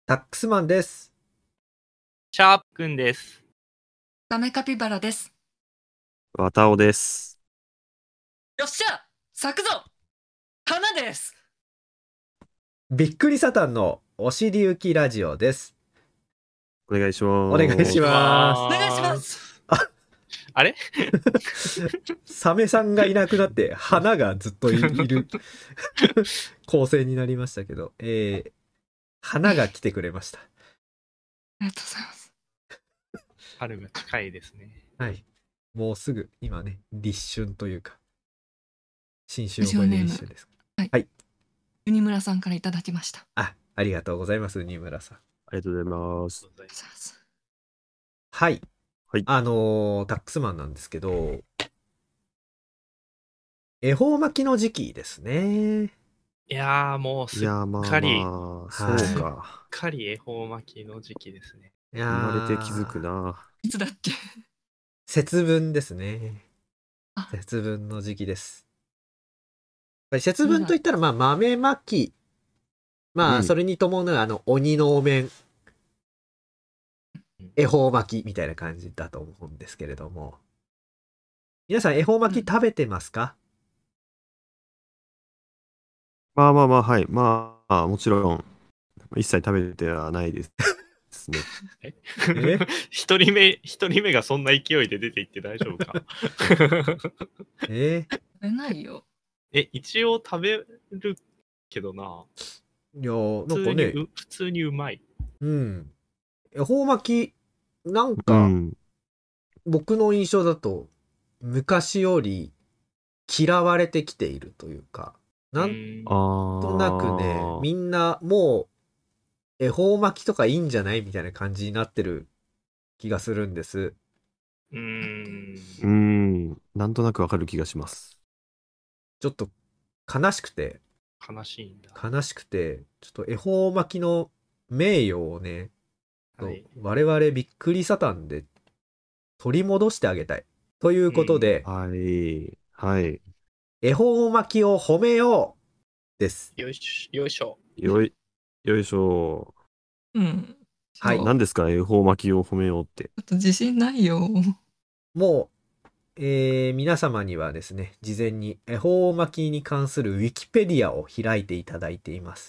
タックスマンです。 シャープくんです。 ダメカピバラです。 わたおです。 よっしゃ咲くぞ花です。 びっくりサタンのお尻行きラジオです。 お願いします。 お願いします。 お願いします。 あれサメさんがいなくなって花がずっといる構成になりましたけど、花が来てくれました。 ありがとうございます。 春が近いですね。 はい。もうすぐ今ね、立春というか新春を超える立春です。 はい。ユニムラさんからいただきました。 ありがとうございます、新村さん。 ありがとうございます。 はい。 はい。 タックスマンなんですけど、恵方巻きの時期ですね。 いやーもうすっかり、 そうか。 すっかり恵方巻きの時期ですね。 言われて気づくな。 いつだっけ？ 節分ですね。節分の時期です。節分といったら、豆巻き。それに伴う鬼のお面。恵方巻きみたいな感じだと思うんですけれども。皆さん、恵方巻き食べてますか？ はい。もちろん、一切食べてはないですね。 一人目がそんな勢いで出ていって大丈夫か？ 食べないよ。 一応食べるけどな。 いやなんかね、 普通にうまい。 恵方巻き、なんか、僕の印象だと、昔より嫌われてきているというか、なんとなくね、みんなもう、恵方巻きとかいいんじゃないみたいな感じになってる気がするんです。 なんとなくわかる気がします。 ちょっと悲しくて、 悲しいんだ。 悲しくて、ちょっと恵方巻きの名誉をね、 はい、 我々びっくりサタンで取り戻してあげたい。ということで、 はい。 恵方巻きを褒めようです。 よいしょ。 よいしょ。 はい。 何ですか、恵方巻きを褒めようって。 ちょっと自信ないよ。 もう、皆様にはですね、事前に恵方巻きに関するウィキペディアを開いていただいています。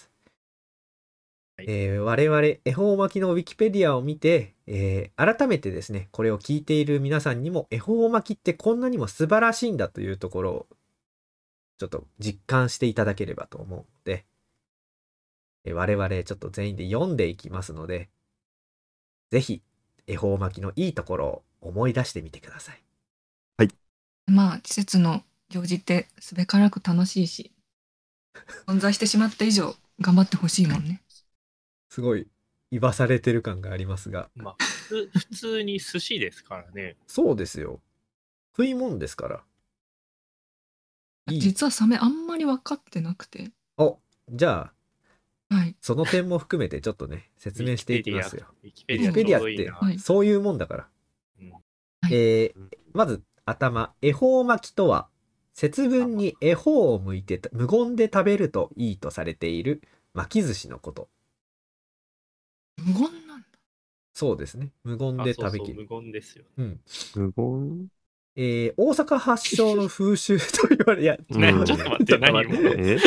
我々恵方巻きのウィキペディアを見て、改めてですね、これを聞いている皆さんにも恵方巻きってこんなにも素晴らしいんだというところをちょっと実感していただければと思うので、我々ちょっと全員で読んでいきますので、ぜひ恵方巻きのいいところを思い出してみてください。 はい。 季節の行事ってすべからく楽しいし、存在してしまった以上頑張ってほしいもんね。 すごい言わされてる感がありますが、 普通に寿司ですからね。 そうですよ。食い物ですから。 実はサメあんまり分かってなくて。 じゃあ、 はい、 その点も含めてちょっとね、説明していきますよ。 ウィキペディアってそういうもんだから。まず頭、恵方巻きとは、節分に恵方を剥いて無言で食べるといいとされている巻き寿司のこと。 無言なんだ。 そうですね。無言で食べきる。 無言ですよ。 無言？ 大阪発祥の風習と言われ、いや、 ちょっと待って、何も。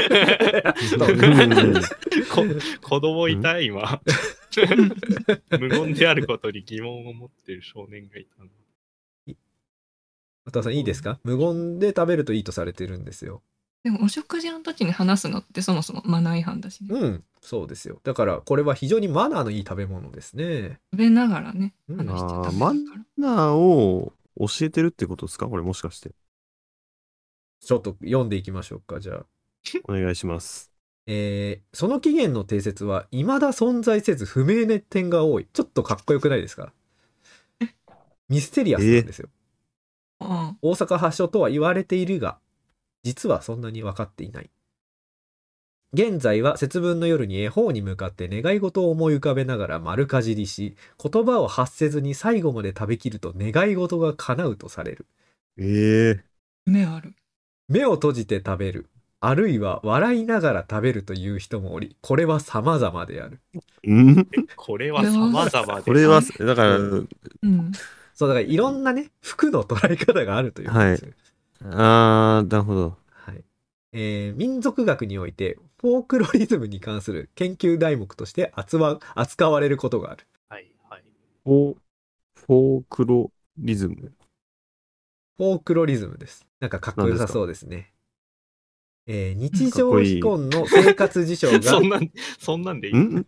子供いた今。無言であることに疑問を持っている少年がいたの。 お父さんいいですか？無言で食べるといいとされてるんですよ。 でもお食事の時に話すのってそもそもマナー違反だしね。 そうですよ。だからこれは非常にマナーのいい食べ物ですね。 食べながらね、話しちゃダメだから。 マナーを教えてるってことですか？これもしかして。 ちょっと読んでいきましょうか、じゃあ。 お願いします。 その起源の定説は未だ存在せず不明な点が多い。ちょっとかっこよくないですか？ミステリアスなんですよ。大阪発祥とは言われているが、実はそんなに分かっていない。現在は節分の夜に恵方に向かって願い事を思い浮かべながら丸かじりし、言葉を発せずに最後まで食べきると願い事が叶うとされる。 目ある。 目を閉じて食べる。 あるいは笑いながら食べるという人もおり、これは様々である。 うんこれは様々で。 これは、だから、 うん。 そう、だからいろんなね、服の捉え方があるということですよ。 なるほど。 はい。民族学において、フォークロリズムに関する研究題目として扱われることがある。 はいはい。 フォークロリズム。 フォークロリズムです。なんかかっこよさそうですね。日常かっこいい非婚の生活事象が、 そんなんでいい。 ん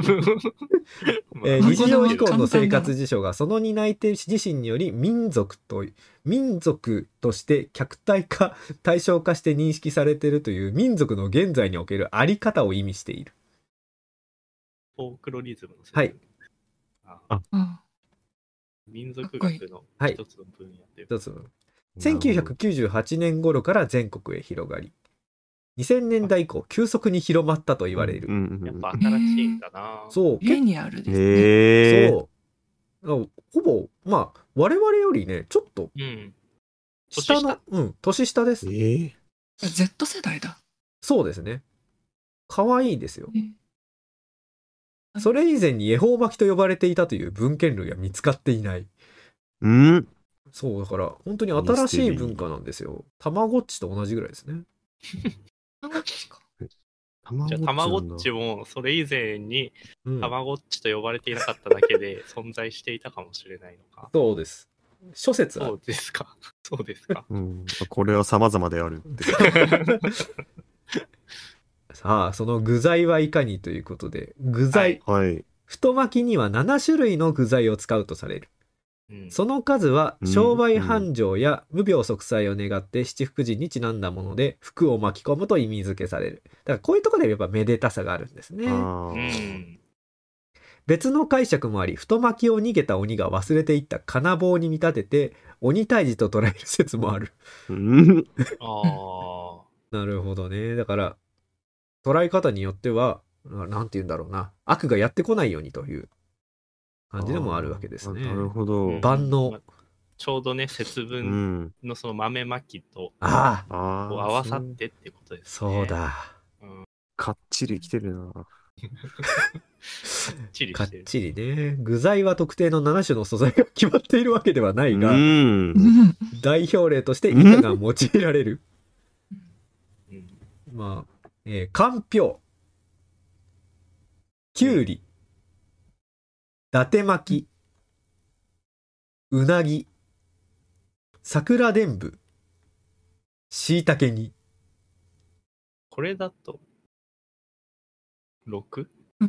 日常非婚の生活事象がその担い手自身により民族として客体化対象化して認識されているという民族の現在におけるあり方を意味している。 フォークロリズムのはい。 あ民族学の一つの分野っていうか。 一つの1998年頃から全国へ広がり、2000年代以降急速に広まったと言われる。 やっぱ新しいんだな。 そう、 ゲニアルですね。 そうほぼまあ我々よりねちょっと下の年下です。 Z 世代だ。 そうですね。可愛いですよ。それ以前に恵方巻きと呼ばれていたという文献類は見つかっていない。そうだから本当に新しい文化なんですよ。たまごっちと同じぐらいですね。 たまごっちか。 じゃあたまごっちもそれ以前にたまごっちと呼ばれていなかっただけで存在していたかもしれないのか。 そうです。諸説そうですか。そうですか。 これは様々であるって。 さあその具材はいかにということで、具材、太巻きには7種類の具材を使うとされる。その数は商売繁盛や無病息災を願って七福神にちなんだもので、福を巻き込むと意味付けされる。だからこういうところでやっぱめでたさがあるんですね。別の解釈もあり、太巻きを逃げた鬼が忘れていった金棒に見立てて鬼退治と捉える説もある。なるほどね。だから捉え方によってはなんて言うんだろうな、悪がやってこないようにという感じでもあるわけですね。 なるほど。 万能。 ちょうどね、節分のその豆まきと合わさってってことですね。 そうだ。 かっちりきてるな。 かっちりね。具材は特定の7種の素材が決まっているわけではないが、代表例として以下が用いられる。まあ、かんぴょう、きゅうり、伊達巻き、うなぎ、桜でんぶ、しいたけ煮。 これだと 6？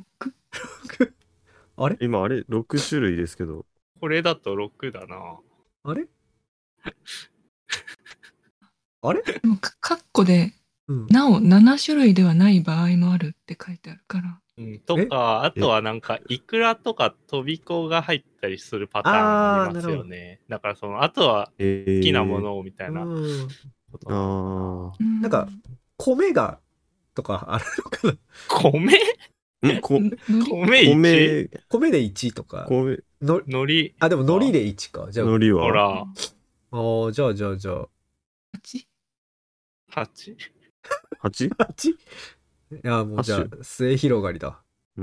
あれ今あれ6種類ですけど。 これだと6だな。 あれあれでもカッコで、なお7種類ではない場合もあるって書いてあるから。 とか、あとはなんか、イクラとかとびこが入ったりするパターンありますよね。だからその、あとは好きなものをみたいなことなんか、米がとかあるのかな。 米米で1とか。 のり。 あ、でも海苔で1か。じゃあ。 海苔はほら。 じゃあ。 8？ 8？ いや、もうじゃあ、末広がりだ。 で、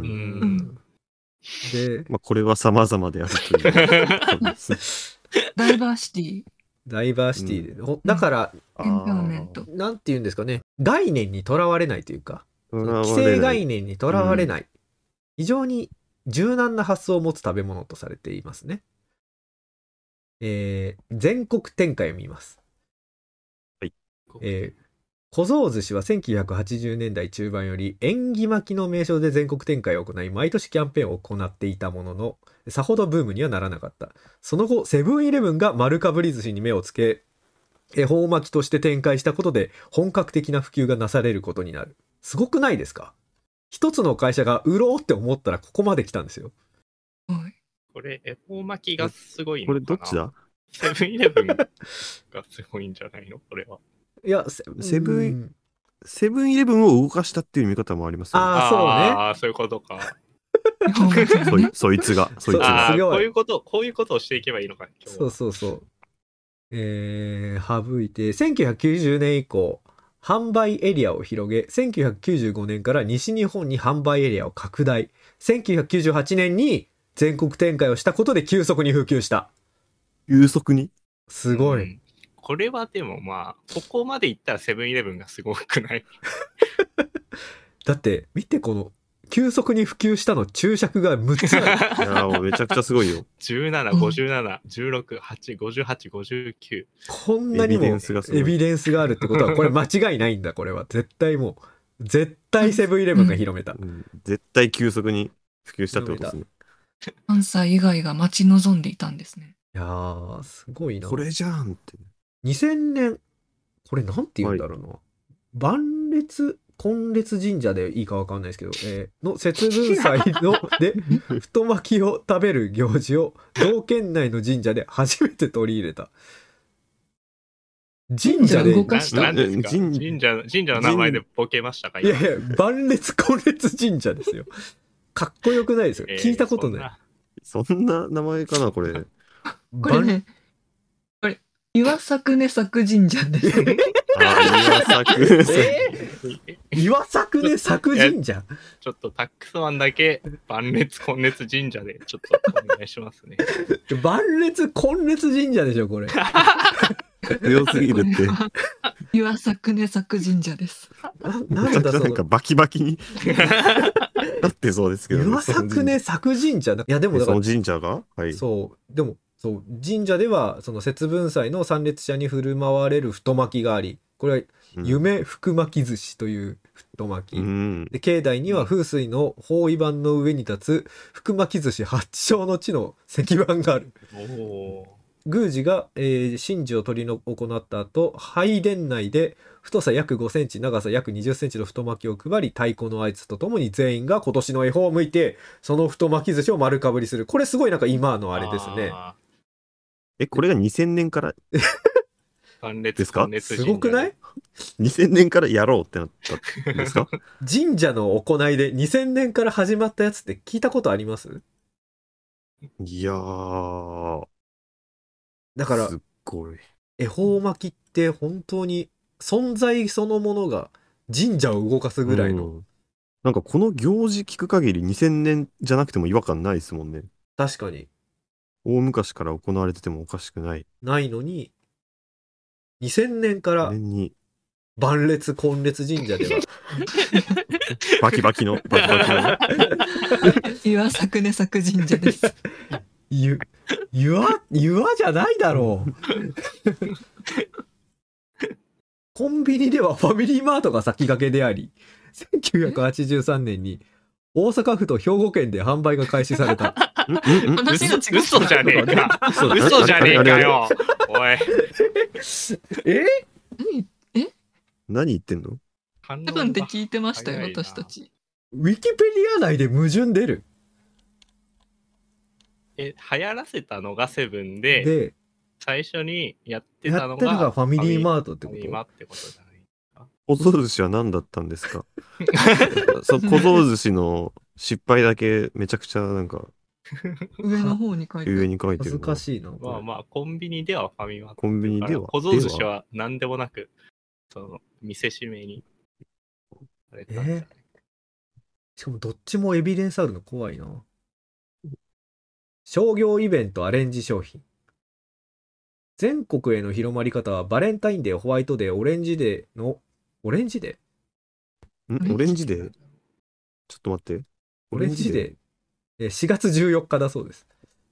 まあ、これは様々であるという。 ダイバーシティ。 ダイバーシティで。だから、なんて言うんですかね。概念にとらわれないというか、既成概念にとらわれない。非常に柔軟な発想を持つ食べ物とされていますね。全国展開を見ます。小僧寿司は1980年代中盤より縁起巻きの名称で全国展開を行い、毎年キャンペーンを行っていたものの、さほどブームにはならなかった。その後、セブンイレブンが丸かぶり寿司に目をつけ、恵方巻きとして展開したことで本格的な普及がなされることになる。すごくないですか？一つの会社が売ろうって思ったらここまで来たんですよ。 これ、恵方巻きがすごいのかな。 これどっちだ？ セブンイレブンがすごいんじゃないのこれは。 いや、 セブンイレブンを動かしたっていう見方もありますよね。 ああ、そうね。 ああ、そういうことか。 そいつが。 こういうことをしていけばいいのか。 そう。省いて、1990年以降、 販売エリアを広げ、1995年から西日本に販売エリアを拡大。1998年に全国展開をしたことで急速に普及した。 急速にすごい。 これはでもまあ、ここまでいったらセブンイレブンがすごくないだって、見てこの、急速に普及したの注釈が6つある。いやもうめちゃくちゃすごいよ。 17、57、16、8、58、59。 こんなにもエビデンスがあるってことは、これ間違いないんだ、これは。絶対もう、絶対セブンイレブンが広めた。 絶対急速に普及したってことですね。 関西以外が待ち望んでいたんですね。 いやー、すごいな。 これじゃんって。 2000年、これなんて言うんだろうな。万列根列神社でいいかわかんないですけど、の節分祭ので太巻きを食べる行事を道県内の神社で初めて取り入れた。 神社で動かした。 何ですか？神社の名前でボケましたか？ いやいや、万列根列神社ですよ。かっこよくないですよ。聞いたことない。 そんな名前かなこれ。 これね、岩作根作神社です。 岩作根作神社。 ちょっとタックスマンだけ万列根列神社でちょっとお願いしますね。 万列根列神社でしょこれ。 強すぎるって。 岩作根作神社です。 なんだなんかバキバキになってそうですけど、ね。 岩作根作神社。いやでもだからその神社が、はい、 そうでもそう神社ではその節分祭の参列者に振る舞われる太巻きがあり、これは夢福巻き寿司という太巻き、で境内には風水の方位盤の上に立つ福巻き寿司発祥の地の石板がある。宮司が、神事を執り行った後、拝殿内で太さ約5センチ長さ約20センチの太巻きを配り、太鼓の合図とともに全員が今年の恵方を向いてその太巻き寿司を丸かぶりする。これすごいなんか今のあれですね。 これが2000年からですか？ すごくない？ 2000 年からやろうってなったんですか？ 神社の行いで2000年から始まったやつって聞いたことあります？ いやー、 だからすっごい恵方巻きって本当に存在そのものが神社を動かすぐらいの、 なんかこの行事聞く限り2000年じゃなくても違和感ないですもんね。 確かに大昔から行われててもおかしくないのに、2000年から万列根列神社ではバキバキの岩作根作神社です。 岩じゃないだろう。コンビニではファミリーマートが先駆けであり、1983年に大阪府と兵庫県で販売が開始された。 嘘じゃねえか。嘘じゃねえかよ。おい。 何言ってんの？ 多分って聞いてましたよ、私たち。 ウィキペディア内で矛盾出る。 流行らせたのがセブンで、最初にやってたのがファミリーマートってこと？ 今ってことじゃないか。 小僧寿司は何だったんですか？小僧寿司の失敗だけめちゃくちゃなんか上の方に書いてる。 恥ずかしいな。 まあまあコンビニではファミマート。 コンビニでは小僧寿司は何でもなくその店締めにされたんじゃない。 しかもどっちもエビデンスあるの怖いな。商業イベントアレンジ商品。全国への広まり方はバレンタインデー、ホワイトデー、オレンジデーのオレンジデー？オレンジデー？ちょっと待って。 オレンジデー4月14日だそうです。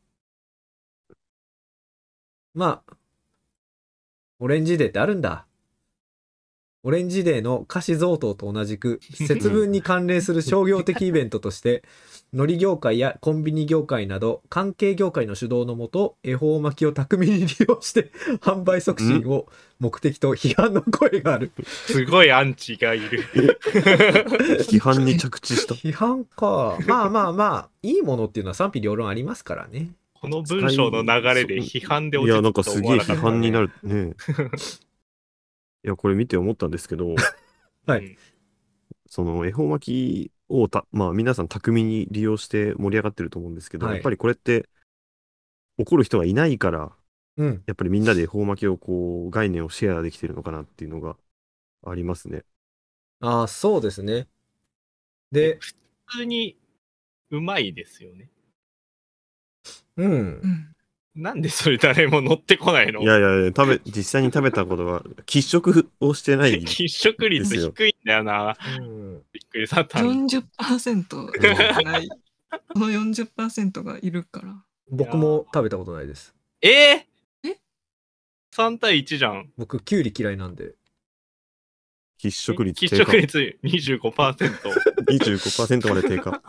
まあオレンジデーってあるんだ。オレンジデーの菓子贈答と同じく節分に関連する商業的イベントとして海苔業界やコンビニ業界など関係業界の主導のもと恵方巻きを巧みに利用して販売促進を目的と批判の声がある。 すごいアンチがいる。 批判に着地した。 批判か。まあいいものっていうのは賛否両論ありますからね。 この文章の流れで批判で落ち着くと思わなかった。 いやなんかすげえ批判になるね。いやこれ見て思ったんですけど、 はい、 その恵方巻きをまあ皆さん巧みに利用して盛り上がってると思うんですけど、やっぱりこれって怒る人がいないから、やっぱりみんなで恵方巻きをこう概念をシェアできてるのかなっていうのがありますね。 ああ、そうですね。で、 普通にうまいですよね。 うん。 なんでそれ誰も乗ってこないの？ いやいやいや、実際に食べたことが、喫食をしてない。 喫食率低いんだよな。びっくりサタン。 40% ない。この 40% がいるから。 僕も食べたことないです。 3対1じゃん。 僕、キュウリ嫌いなんで。 喫食率低下。喫食率 25%。25% まで低下。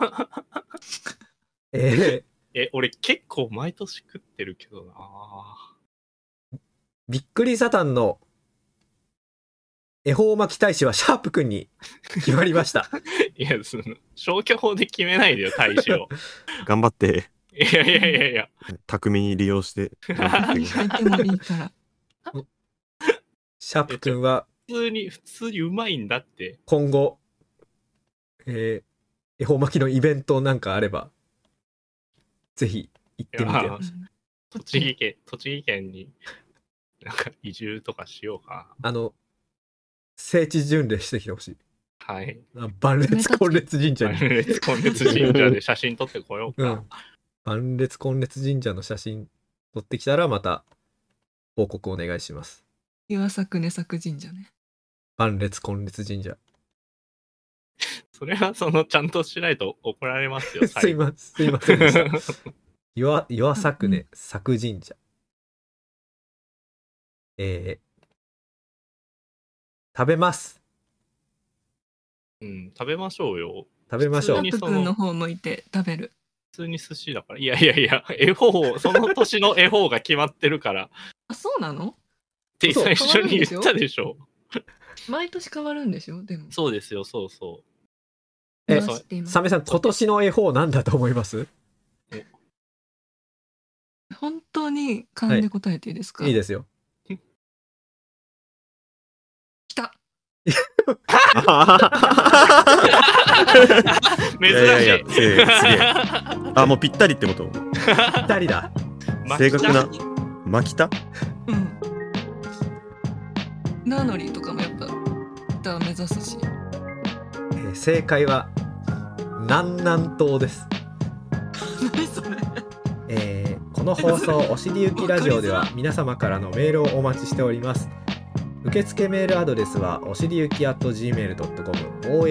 俺結構毎年食ってるけどな。 びっくりサタンの恵方巻き大使はシャープくんに決まりました。 いや、消去法で決めないでよ、大使を。 頑張って。 いや。 巧みに利用して。 入ってもいいから。 シャープくんは普通にうまいんだって。 今後、恵方巻きのイベントなんかあれば、ぜひ行ってみて。 栃木県になんか移住とかしようか。 聖地巡礼してきてほしい。 はい。 万列根列神社に。 万列根列神社で写真撮ってこようか。 万列根列神社の写真撮ってきたらまた報告お願いします。 岩作根作神社ね。 万列根列神社。 それはちゃんとしないと怒られますよ。 すいませんでした。岩作根作神社。食べます。 食べましょうよ。 食べましょう。 シャープ君の方向いて食べる。 普通に寿司だから。いや、恵方、その年の恵方が決まってるから。 あ、そうなの？ って最初に言ったでしょ。 毎年変わるんでしょ？でも。 そうですよ、そう。 サメさん、今年の恵方なんだと思います？ 本当に勘で答えていいですか？ いいですよ。 来た。 珍しい。 すげえ。あ、もうぴったりってこと？ぴったりだ。 正確な。マキタ？ ナノリーとかもやっぱ目指すし。 正解は南南東です。 何それ？ この放送おしりゆきラジオでは皆様からのメールをお待ちしております。受付メールアドレスはおしりゆき @gmail.com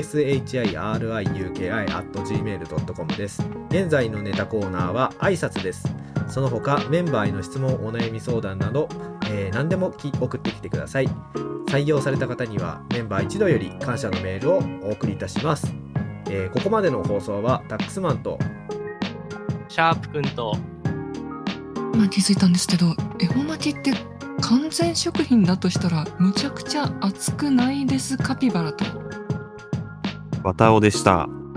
oshiriuki@gmail.com です。現在のネタコーナーは挨拶です。その他メンバーへの質問、お悩み相談など、何でも送ってきてください。採用された方にはメンバー一同より感謝のメールをお送りいたします。ここまでの放送はタックスマンとシャープくんと今気づいたんですけど、恵方巻きって完全食品だとしたらむちゃくちゃ熱くないですカピバラと綿尾でした。